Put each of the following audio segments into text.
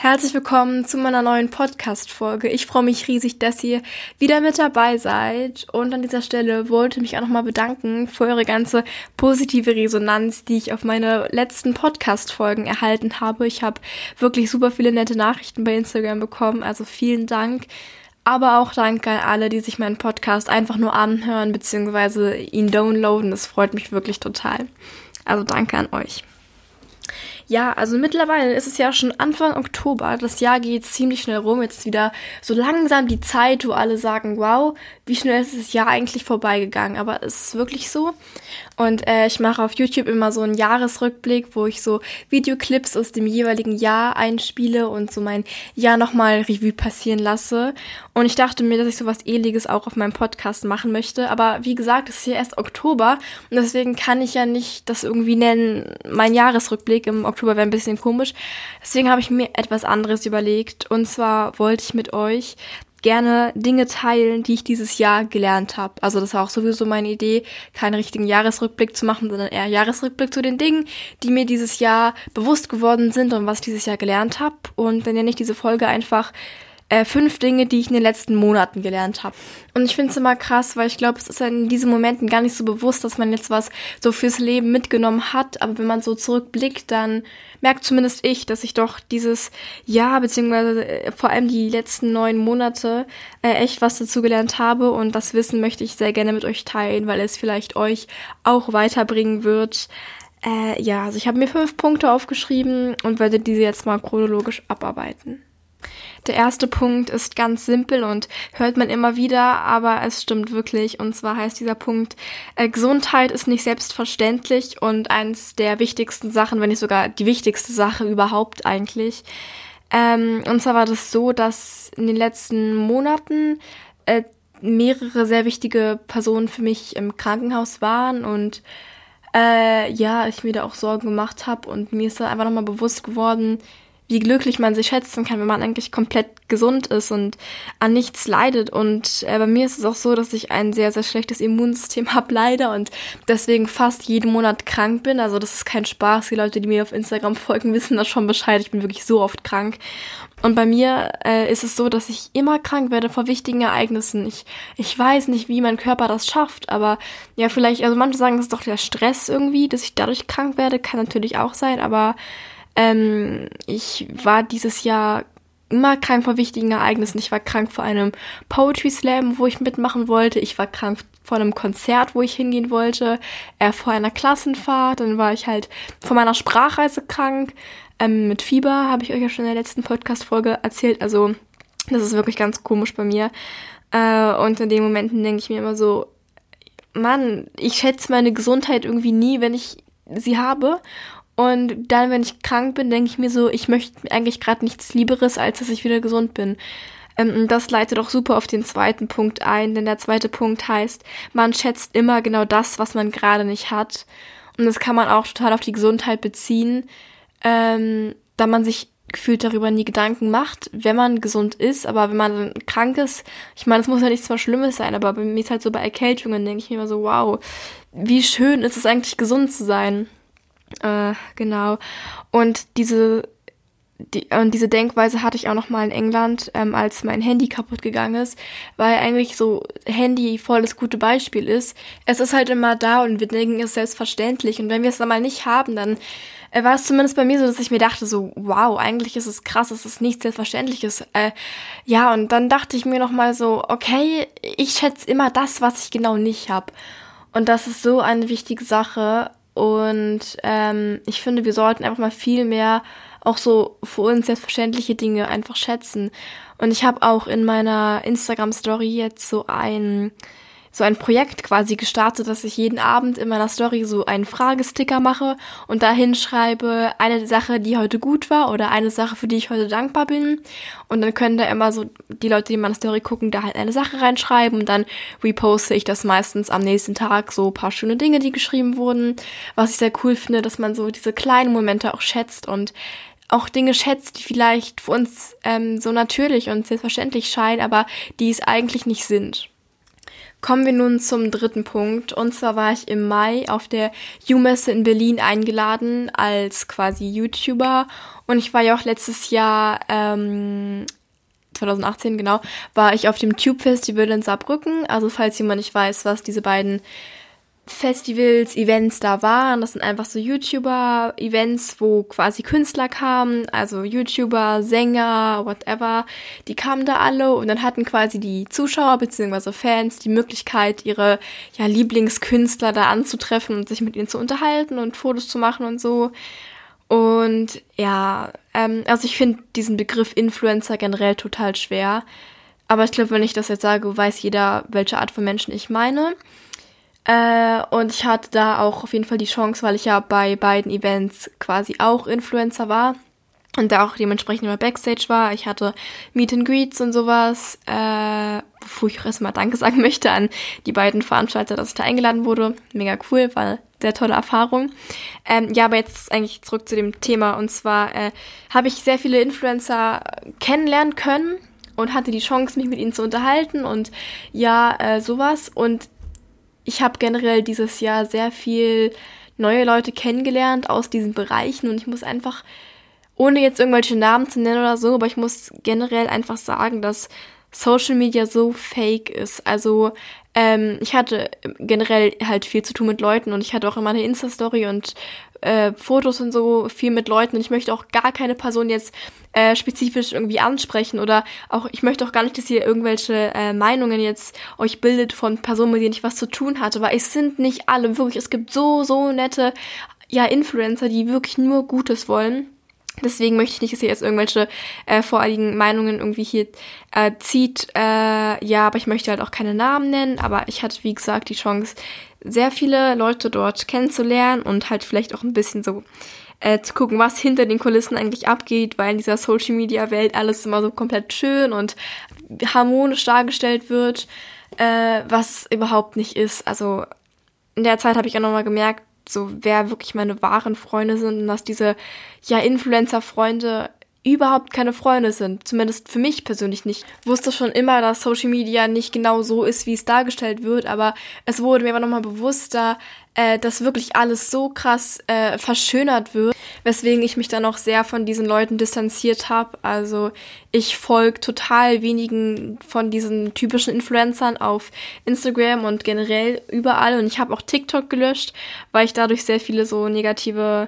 Herzlich willkommen zu meiner neuen Podcast-Folge. Ich freue mich riesig, dass ihr wieder mit dabei seid. Und an dieser Stelle wollte ich mich auch nochmal bedanken für eure ganze positive Resonanz, die ich auf meine letzten Podcast-Folgen erhalten habe. Ich habe wirklich super viele nette Nachrichten bei Instagram bekommen, also vielen Dank. Aber auch danke an alle, die sich meinen Podcast einfach nur anhören bzw. ihn downloaden. Das freut mich wirklich total. Also danke an euch. Ja, also mittlerweile ist es ja schon Anfang Oktober. Das Jahr geht ziemlich schnell rum. Jetzt ist wieder so langsam die Zeit, wo alle sagen, wow, wie schnell ist das Jahr eigentlich vorbeigegangen. Aber es ist wirklich so. Und ich mache auf YouTube immer so einen Jahresrückblick, wo ich so Videoclips aus dem jeweiligen Jahr einspiele und so mein Jahr nochmal Revue passieren lasse. Und ich dachte mir, dass ich sowas Ähnliches auch auf meinem Podcast machen möchte. Aber wie gesagt, es ist ja erst Oktober und deswegen kann ich ja nicht das irgendwie nennen, mein Jahresrückblick im Oktober wäre ein bisschen komisch. Deswegen habe ich mir etwas anderes überlegt. Und zwar wollte ich mit euch gerne Dinge teilen, die ich dieses Jahr gelernt habe. Also das war auch sowieso meine Idee, keinen richtigen Jahresrückblick zu machen, sondern eher Jahresrückblick zu den Dingen, die mir dieses Jahr bewusst geworden sind und was ich dieses Jahr gelernt habe. Und dann nenne ich diese Folge einfach 5 Dinge, die ich in den letzten Monaten gelernt habe. Und ich finde es immer krass, weil ich glaube, es ist in diesen Momenten gar nicht so bewusst, dass man jetzt was so fürs Leben mitgenommen hat. Aber wenn man so zurückblickt, dann merkt zumindest ich, dass ich doch dieses Jahr, beziehungsweise vor allem die letzten 9 Monate echt was dazu gelernt habe. Und das Wissen möchte ich sehr gerne mit euch teilen, weil es vielleicht euch auch weiterbringen wird. Also ich habe mir 5 Punkte aufgeschrieben und werde diese jetzt mal chronologisch abarbeiten. Der erste Punkt ist ganz simpel und hört man immer wieder, aber es stimmt wirklich. Und zwar heißt dieser Punkt, Gesundheit ist nicht selbstverständlich und eins der wichtigsten Sachen, wenn nicht sogar die wichtigste Sache überhaupt eigentlich. Und zwar war das so, dass in den letzten Monaten mehrere sehr wichtige Personen für mich im Krankenhaus waren und ich mir da auch Sorgen gemacht habe und mir ist da einfach nochmal bewusst geworden, wie glücklich man sich schätzen kann, wenn man eigentlich komplett gesund ist und an nichts leidet. Und bei mir ist es auch so, dass ich ein sehr, sehr schlechtes Immunsystem habe, leider, und deswegen fast jeden Monat krank bin. Also das ist kein Spaß. Die Leute, die mir auf Instagram folgen, wissen das schon Bescheid. Ich bin wirklich so oft krank. Und bei mir ist es so, dass ich immer krank werde vor wichtigen Ereignissen. Ich weiß nicht, wie mein Körper das schafft, aber ja, vielleicht, also manche sagen, das ist doch der Stress irgendwie, dass ich dadurch krank werde. Kann natürlich auch sein, aber ich war dieses Jahr immer krank vor wichtigen Ereignissen. Ich war krank vor einem Poetry Slam, wo ich mitmachen wollte. Ich war krank vor einem Konzert, wo ich hingehen wollte. Vor einer Klassenfahrt. Dann war ich halt vor meiner Sprachreise krank. Mit Fieber, habe ich euch ja schon in der letzten Podcast-Folge erzählt. Also das ist wirklich ganz komisch bei mir. Und in den Momenten denke ich mir immer so, Mann, ich schätze meine Gesundheit irgendwie nie, wenn ich sie habe. Und dann, wenn ich krank bin, denke ich mir so, ich möchte eigentlich gerade nichts Lieberes, als dass ich wieder gesund bin. Das leitet auch super auf den zweiten Punkt ein, denn der zweite Punkt heißt, man schätzt immer genau das, was man gerade nicht hat. Und das kann man auch total auf die Gesundheit beziehen, da man sich gefühlt darüber nie Gedanken macht, wenn man gesund ist, aber wenn man dann krank ist, ich meine, es muss ja nichts mal Schlimmes sein, aber bei mir ist halt so bei Erkältungen, denke ich mir immer so, wow, wie schön ist es eigentlich, gesund zu sein. Genau. Und diese Denkweise hatte ich auch noch mal in England, als mein Handy kaputt gegangen ist, weil eigentlich so Handy voll das gute Beispiel ist. Es ist halt immer da und wir denken, es ist selbstverständlich. Und wenn wir es dann mal nicht haben, dann war es zumindest bei mir so, dass ich mir dachte so, wow, eigentlich ist es krass, es ist nichts Selbstverständliches. Und dann dachte ich mir noch mal so, okay, ich schätze immer das, was ich genau nicht habe. Und das ist so eine wichtige Sache. Und ich finde, wir sollten einfach mal viel mehr auch so für uns selbstverständliche Dinge einfach schätzen. Und ich habe auch in meiner Instagram-Story jetzt so ein Projekt quasi gestartet, dass ich jeden Abend in meiner Story so einen Fragesticker mache und dahin schreibe, eine Sache, die heute gut war oder eine Sache, für die ich heute dankbar bin. Und dann können da immer so die Leute, die meine Story gucken, da halt eine Sache reinschreiben und dann reposte ich das meistens am nächsten Tag, so ein paar schöne Dinge, die geschrieben wurden. Was ich sehr cool finde, dass man so diese kleinen Momente auch schätzt und auch Dinge schätzt, die vielleicht für uns so natürlich und selbstverständlich scheinen, aber die es eigentlich nicht sind. Kommen wir nun zum dritten Punkt. Und zwar war ich im Mai auf der U-Messe in Berlin eingeladen als quasi YouTuber Und ich war ja auch letztes Jahr, 2018, genau, war ich auf dem Tube-Festival in Saarbrücken. Also falls jemand nicht weiß, was diese beiden Festivals, Events da waren, das sind einfach so YouTuber-Events, wo quasi Künstler kamen, also YouTuber, Sänger, whatever, die kamen da alle und dann hatten quasi die Zuschauer bzw. Fans die Möglichkeit, ihre Lieblingskünstler da anzutreffen und sich mit ihnen zu unterhalten und Fotos zu machen und so. Und also ich finde diesen Begriff Influencer generell total schwer, aber ich glaube, wenn ich das jetzt sage, weiß jeder, welche Art von Menschen ich meine. Und ich hatte da auch auf jeden Fall die Chance, weil ich ja bei beiden Events quasi auch Influencer war und da auch dementsprechend immer Backstage war. Ich hatte Meet and Greets und sowas, wofür ich auch erstmal Danke sagen möchte an die beiden Veranstalter, dass ich da eingeladen wurde. Mega cool, war sehr tolle Erfahrung. Aber jetzt eigentlich zurück zu dem Thema. Und zwar habe ich sehr viele Influencer kennenlernen können und hatte die Chance, mich mit ihnen zu unterhalten und sowas. Und ich habe generell dieses Jahr sehr viel neue Leute kennengelernt aus diesen Bereichen und ich muss einfach, ohne jetzt irgendwelche Namen zu nennen oder so, aber ich muss generell einfach sagen, dass Social Media so fake ist. Also ich hatte generell halt viel zu tun mit Leuten und ich hatte auch immer eine Insta-Story und Fotos und so viel mit Leuten und ich möchte auch gar keine Person jetzt spezifisch irgendwie ansprechen oder auch, ich möchte auch gar nicht, dass ihr irgendwelche Meinungen jetzt euch bildet von Personen, mit denen ich was zu tun hatte, weil es sind nicht alle, wirklich, es gibt so nette Influencer, die wirklich nur Gutes wollen. Deswegen möchte ich nicht, dass ihr jetzt irgendwelche voreiligen Meinungen irgendwie hier zieht. Aber ich möchte halt auch keine Namen nennen. Aber ich hatte, wie gesagt, die Chance, sehr viele Leute dort kennenzulernen und halt vielleicht auch ein bisschen so zu gucken, was hinter den Kulissen eigentlich abgeht, weil in dieser Social-Media-Welt alles immer so komplett schön und harmonisch dargestellt wird, was überhaupt nicht ist. Also in der Zeit habe ich auch nochmal gemerkt, so wer wirklich meine wahren Freunde sind und dass diese Influencer-Freunde überhaupt keine Freunde sind. Zumindest für mich persönlich nicht. Ich wusste schon immer, dass Social Media nicht genau so ist, wie es dargestellt wird, aber es wurde mir aber nochmal bewusster, dass wirklich alles so krass verschönert wird, weswegen ich mich dann auch sehr von diesen Leuten distanziert habe. Also ich folge total wenigen von diesen typischen Influencern auf Instagram und generell überall und ich habe auch TikTok gelöscht, weil ich dadurch sehr viele so negative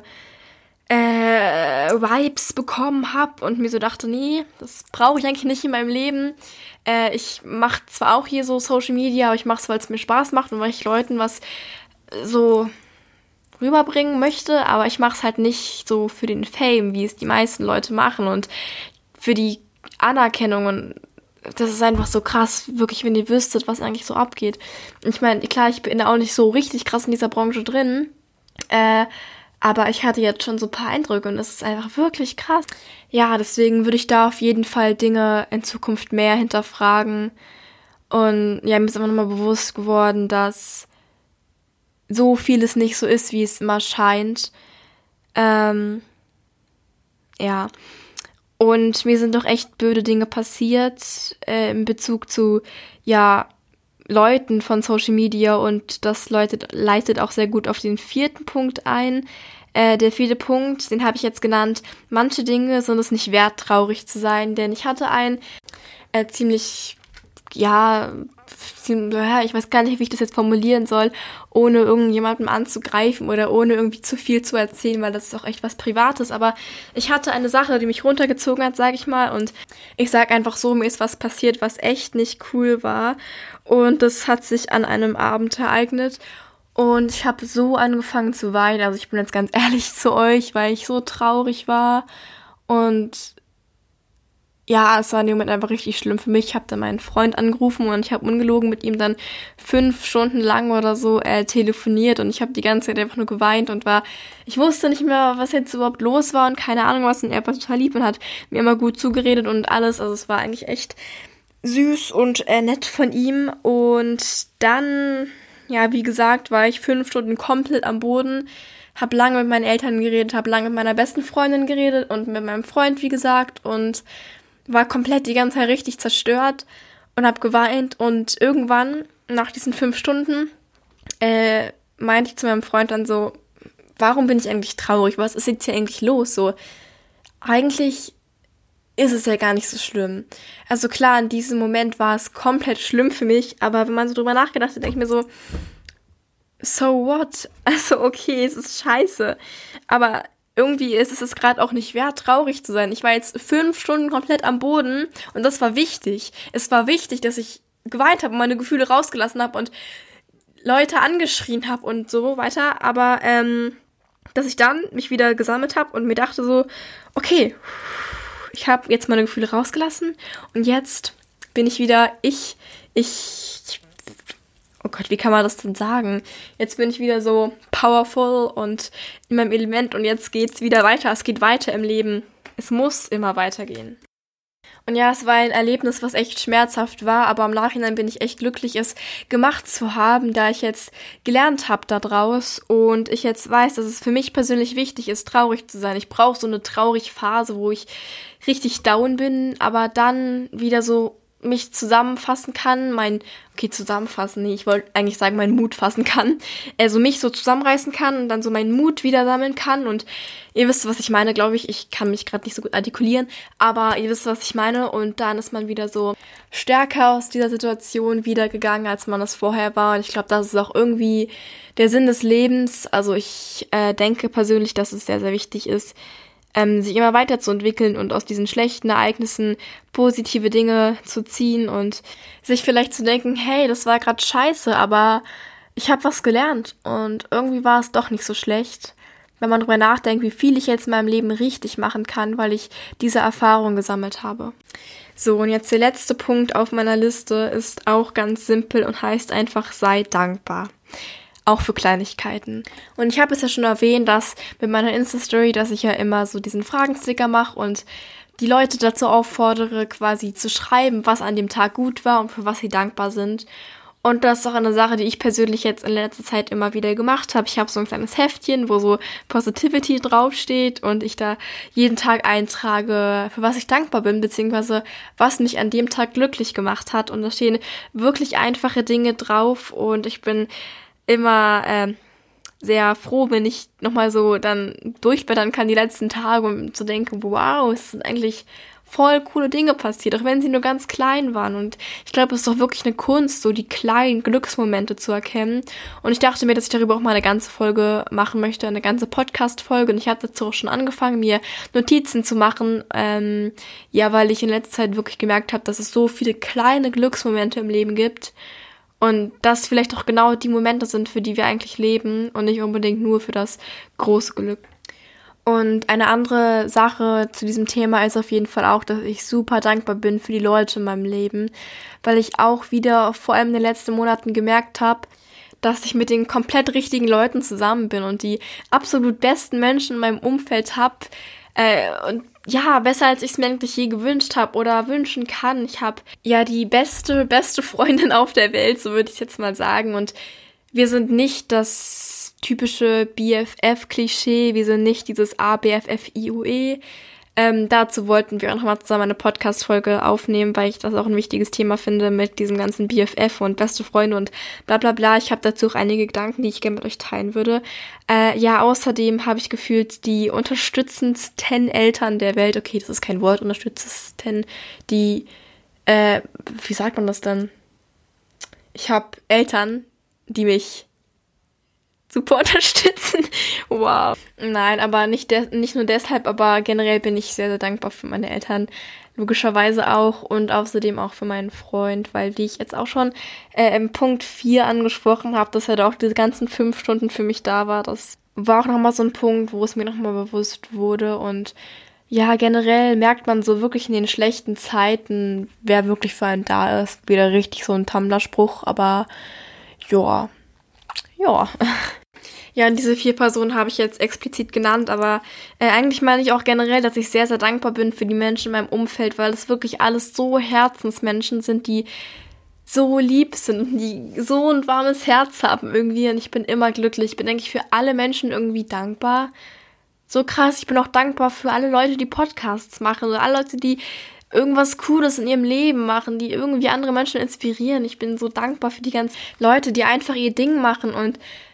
Vibes bekommen habe und mir so dachte, nee, das brauche ich eigentlich nicht in meinem Leben. Ich mache zwar auch hier so Social Media, aber ich mache es, weil es mir Spaß macht und weil ich Leuten was so rüberbringen möchte, aber ich mache es halt nicht so für den Fame, wie es die meisten Leute machen und für die Anerkennung und das ist einfach so krass, wirklich, wenn ihr wüsstet, was eigentlich so abgeht. Und ich meine, klar, ich bin auch nicht so richtig krass in dieser Branche drin, aber ich hatte jetzt schon so ein paar Eindrücke und das ist einfach wirklich krass. Ja, deswegen würde ich da auf jeden Fall Dinge in Zukunft mehr hinterfragen. Und ja, mir ist einfach nochmal bewusst geworden, dass so vieles nicht so ist, wie es immer scheint. Und mir sind doch echt blöde Dinge passiert in Bezug zu, Leuten von Social Media und das leitet auch sehr gut auf den 4. Punkt ein. Der 4. Punkt, den habe ich jetzt genannt, manche Dinge sind es nicht wert, traurig zu sein, denn ich hatte ein ich weiß gar nicht, wie ich das jetzt formulieren soll, ohne irgendjemandem anzugreifen oder ohne irgendwie zu viel zu erzählen, weil das ist auch echt was Privates, aber ich hatte eine Sache, die mich runtergezogen hat, sage ich mal, und ich sag einfach so, mir ist was passiert, was echt nicht cool war und das hat sich an einem Abend ereignet und ich habe so angefangen zu weinen, also ich bin jetzt ganz ehrlich zu euch, weil ich so traurig war und ja, es war in dem Moment einfach richtig schlimm für mich. Ich habe dann meinen Freund angerufen und ich habe ungelogen mit ihm dann 5 Stunden lang oder so telefoniert und ich habe die ganze Zeit einfach nur geweint und ich wusste nicht mehr, was jetzt überhaupt los war und keine Ahnung was und er war total lieb und hat mir immer gut zugeredet und alles. Also es war eigentlich echt süß und nett von ihm und dann, wie gesagt, war ich 5 Stunden komplett am Boden, habe lange mit meinen Eltern geredet, habe lange mit meiner besten Freundin geredet und mit meinem Freund, wie gesagt, und war komplett die ganze Zeit richtig zerstört und habe geweint und irgendwann, nach diesen 5 Stunden, meinte ich zu meinem Freund dann so, warum bin ich eigentlich traurig? Was ist jetzt hier eigentlich los? So, eigentlich ist es ja gar nicht so schlimm. Also klar, in diesem Moment war es komplett schlimm für mich, aber wenn man so drüber nachgedacht hat, denke ich mir so what? Also okay, es ist scheiße, aber irgendwie ist es gerade auch nicht wert, traurig zu sein. Ich war jetzt 5 Stunden komplett am Boden und das war wichtig. Es war wichtig, dass ich geweint habe und meine Gefühle rausgelassen habe und Leute angeschrien habe und so weiter, aber dass ich dann mich wieder gesammelt habe und mir dachte so, okay, ich habe jetzt meine Gefühle rausgelassen und jetzt bin ich wieder oh Gott, wie kann man das denn sagen? Jetzt bin ich wieder so powerful und in meinem Element und jetzt geht's wieder weiter. Es geht weiter im Leben. Es muss immer weitergehen. Und ja, es war ein Erlebnis, was echt schmerzhaft war, aber im Nachhinein bin ich echt glücklich, es gemacht zu haben, da ich jetzt gelernt habe daraus und ich jetzt weiß, dass es für mich persönlich wichtig ist, traurig zu sein. Ich brauche so eine traurige Phase, wo ich richtig down bin, aber dann wieder so mich zusammenfassen kann, ich wollte eigentlich sagen, meinen Mut fassen kann, also mich so zusammenreißen kann und dann so meinen Mut wieder sammeln kann und ihr wisst, was ich meine, glaube ich. Ich kann mich gerade nicht so gut artikulieren, aber ihr wisst, was ich meine und dann ist man wieder so stärker aus dieser Situation wiedergegangen, als man das vorher war und ich glaube, das ist auch irgendwie der Sinn des Lebens. Also ich denke persönlich, dass es sehr, sehr wichtig ist, sich immer weiterzuentwickeln und aus diesen schlechten Ereignissen positive Dinge zu ziehen und sich vielleicht zu denken, hey, das war gerade scheiße, aber ich habe was gelernt und irgendwie war es doch nicht so schlecht, wenn man darüber nachdenkt, wie viel ich jetzt in meinem Leben richtig machen kann, weil ich diese Erfahrung gesammelt habe. So, und jetzt der letzte Punkt auf meiner Liste ist auch ganz simpel und heißt einfach, sei dankbar. Auch für Kleinigkeiten. Und ich habe es ja schon erwähnt, dass mit meiner Insta-Story, dass ich ja immer so diesen Fragensticker mache und die Leute dazu auffordere, quasi zu schreiben, was an dem Tag gut war und für was sie dankbar sind. Und das ist auch eine Sache, die ich persönlich jetzt in letzter Zeit immer wieder gemacht habe. Ich habe so ein kleines Heftchen, wo so Positivity draufsteht und ich da jeden Tag eintrage, für was ich dankbar bin, beziehungsweise was mich an dem Tag glücklich gemacht hat. Und da stehen wirklich einfache Dinge drauf und ich bin immer sehr froh, wenn ich nochmal so dann durchblättern kann die letzten Tage, um zu denken, wow, es sind eigentlich voll coole Dinge passiert, auch wenn sie nur ganz klein waren. Und ich glaube, es ist doch wirklich eine Kunst, so die kleinen Glücksmomente zu erkennen. Und ich dachte mir, dass ich darüber auch mal eine ganze Folge machen möchte, eine ganze Podcast-Folge. Und ich habe dazu auch schon angefangen, mir Notizen zu machen, weil ich in letzter Zeit wirklich gemerkt habe, dass es so viele kleine Glücksmomente im Leben gibt. Und das vielleicht auch genau die Momente sind, für die wir eigentlich leben und nicht unbedingt nur für das große Glück. Und eine andere Sache zu diesem Thema ist auf jeden Fall auch, dass ich super dankbar bin für die Leute in meinem Leben, weil ich auch wieder vor allem in den letzten Monaten gemerkt habe, dass ich mit den komplett richtigen Leuten zusammen bin und die absolut besten Menschen in meinem Umfeld habe. Und ja, besser als ich es mir eigentlich je gewünscht habe oder wünschen kann. Ich habe ja die beste Freundin auf der Welt, so würde ich jetzt mal sagen. Und wir sind nicht das typische BFF-Klischee, wir sind nicht dieses ABFFIUE. Dazu wollten wir auch nochmal zusammen eine Podcast-Folge aufnehmen, weil ich das auch ein wichtiges Thema finde mit diesem ganzen BFF und beste Freunde und bla bla bla. Ich habe dazu auch einige Gedanken, die ich gerne mit euch teilen würde. Außerdem habe ich gefühlt die unterstützendsten Eltern der Welt. Okay, das ist kein Wort, unterstützendsten, wie sagt man das denn? Ich habe Eltern, die mich super unterstützen. Wow. Nein, aber nicht nur deshalb, aber generell bin ich sehr, sehr dankbar für meine Eltern. Logischerweise auch und außerdem auch für meinen Freund, weil die ich jetzt auch schon im Punkt 4 angesprochen habe, dass er da auch diese ganzen 5 Stunden für mich da war. Das war auch nochmal so ein Punkt, wo es mir nochmal bewusst wurde und ja, generell merkt man so wirklich in den schlechten Zeiten, wer wirklich für einen da ist. Wieder richtig so ein Tumblr-Spruch, aber ja. Ja, und diese 4 Personen habe ich jetzt explizit genannt, aber eigentlich meine ich auch generell, dass ich sehr, sehr dankbar bin für die Menschen in meinem Umfeld, weil es wirklich alles so Herzensmenschen sind, die so lieb sind und die so ein warmes Herz haben irgendwie und ich bin immer glücklich. Ich bin eigentlich für alle Menschen irgendwie dankbar. So krass, ich bin auch dankbar für alle Leute, die Podcasts machen oder alle Leute, die irgendwas Cooles in ihrem Leben machen, die irgendwie andere Menschen inspirieren. Ich bin so dankbar für die ganzen Leute, die einfach ihr Ding machen und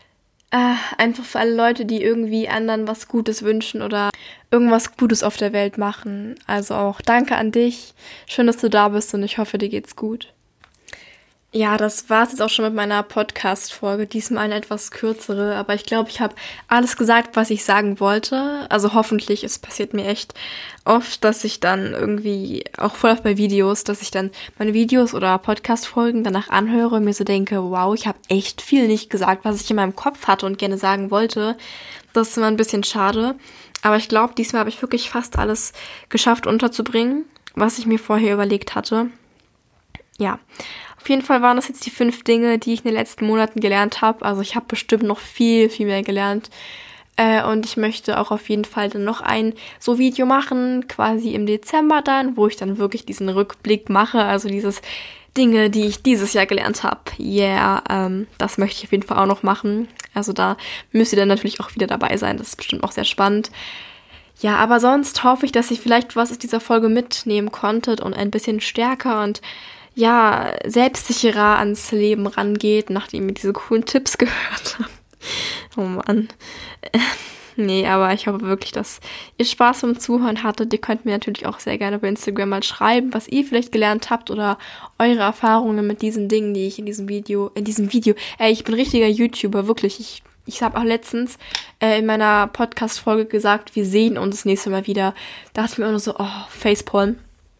Einfach für alle Leute, die irgendwie anderen was Gutes wünschen oder irgendwas Gutes auf der Welt machen. Also auch danke an dich. Schön, dass du da bist und ich hoffe, dir geht's gut. Ja, das war's jetzt auch schon mit meiner Podcast-Folge. Diesmal eine etwas kürzere, aber ich glaube, ich habe alles gesagt, was ich sagen wollte. Also hoffentlich, es passiert mir echt oft, dass ich dann irgendwie, auch voll oft bei Videos, dass ich dann meine Videos oder Podcast-Folgen danach anhöre und mir so denke, wow, ich habe echt viel nicht gesagt, was ich in meinem Kopf hatte und gerne sagen wollte. Das ist immer ein bisschen schade. Aber ich glaube, diesmal habe ich wirklich fast alles geschafft unterzubringen, was ich mir vorher überlegt hatte. Ja, auf jeden Fall waren das jetzt die 5 Dinge, die ich in den letzten Monaten gelernt habe. Also ich habe bestimmt noch viel, viel mehr gelernt. Und ich möchte auch auf jeden Fall dann noch ein so Video machen, quasi im Dezember dann, wo ich dann wirklich diesen Rückblick mache. Also dieses Dinge, die ich dieses Jahr gelernt habe. Das möchte ich auf jeden Fall auch noch machen. Also da müsst ihr dann natürlich auch wieder dabei sein. Das ist bestimmt auch sehr spannend. Ja, aber sonst hoffe ich, dass ihr vielleicht was aus dieser Folge mitnehmen konntet und ein bisschen stärker und ja, selbstsicherer ans Leben rangeht, nachdem ihr diese coolen Tipps gehört habt. Oh Mann. Nee, aber ich hoffe wirklich, dass ihr Spaß beim Zuhören hattet. Ihr könnt mir natürlich auch sehr gerne bei Instagram mal schreiben, was ihr vielleicht gelernt habt oder eure Erfahrungen mit diesen Dingen, die ich in diesem Video, ich bin richtiger YouTuber, wirklich. Ich habe auch letztens in meiner Podcast-Folge gesagt, wir sehen uns das nächste Mal wieder. Da dachte ich mir auch nur so, Facepalm.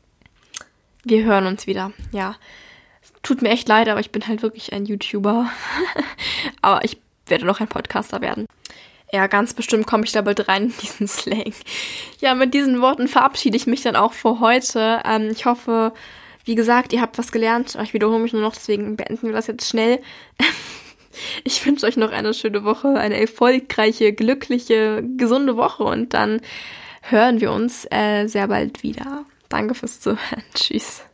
Wir hören uns wieder, ja. Tut mir echt leid, aber ich bin halt wirklich ein YouTuber. Aber ich werde noch ein Podcaster werden. Ja, ganz bestimmt komme ich da bald rein in diesen Slang. Ja, mit diesen Worten verabschiede ich mich dann auch für heute. Ich hoffe, wie gesagt, ihr habt was gelernt. Ich wiederhole mich nur noch, deswegen beenden wir das jetzt schnell. Ich wünsche euch noch eine schöne Woche, eine erfolgreiche, glückliche, gesunde Woche und dann hören wir uns sehr bald wieder. Danke fürs Zuhören. Tschüss.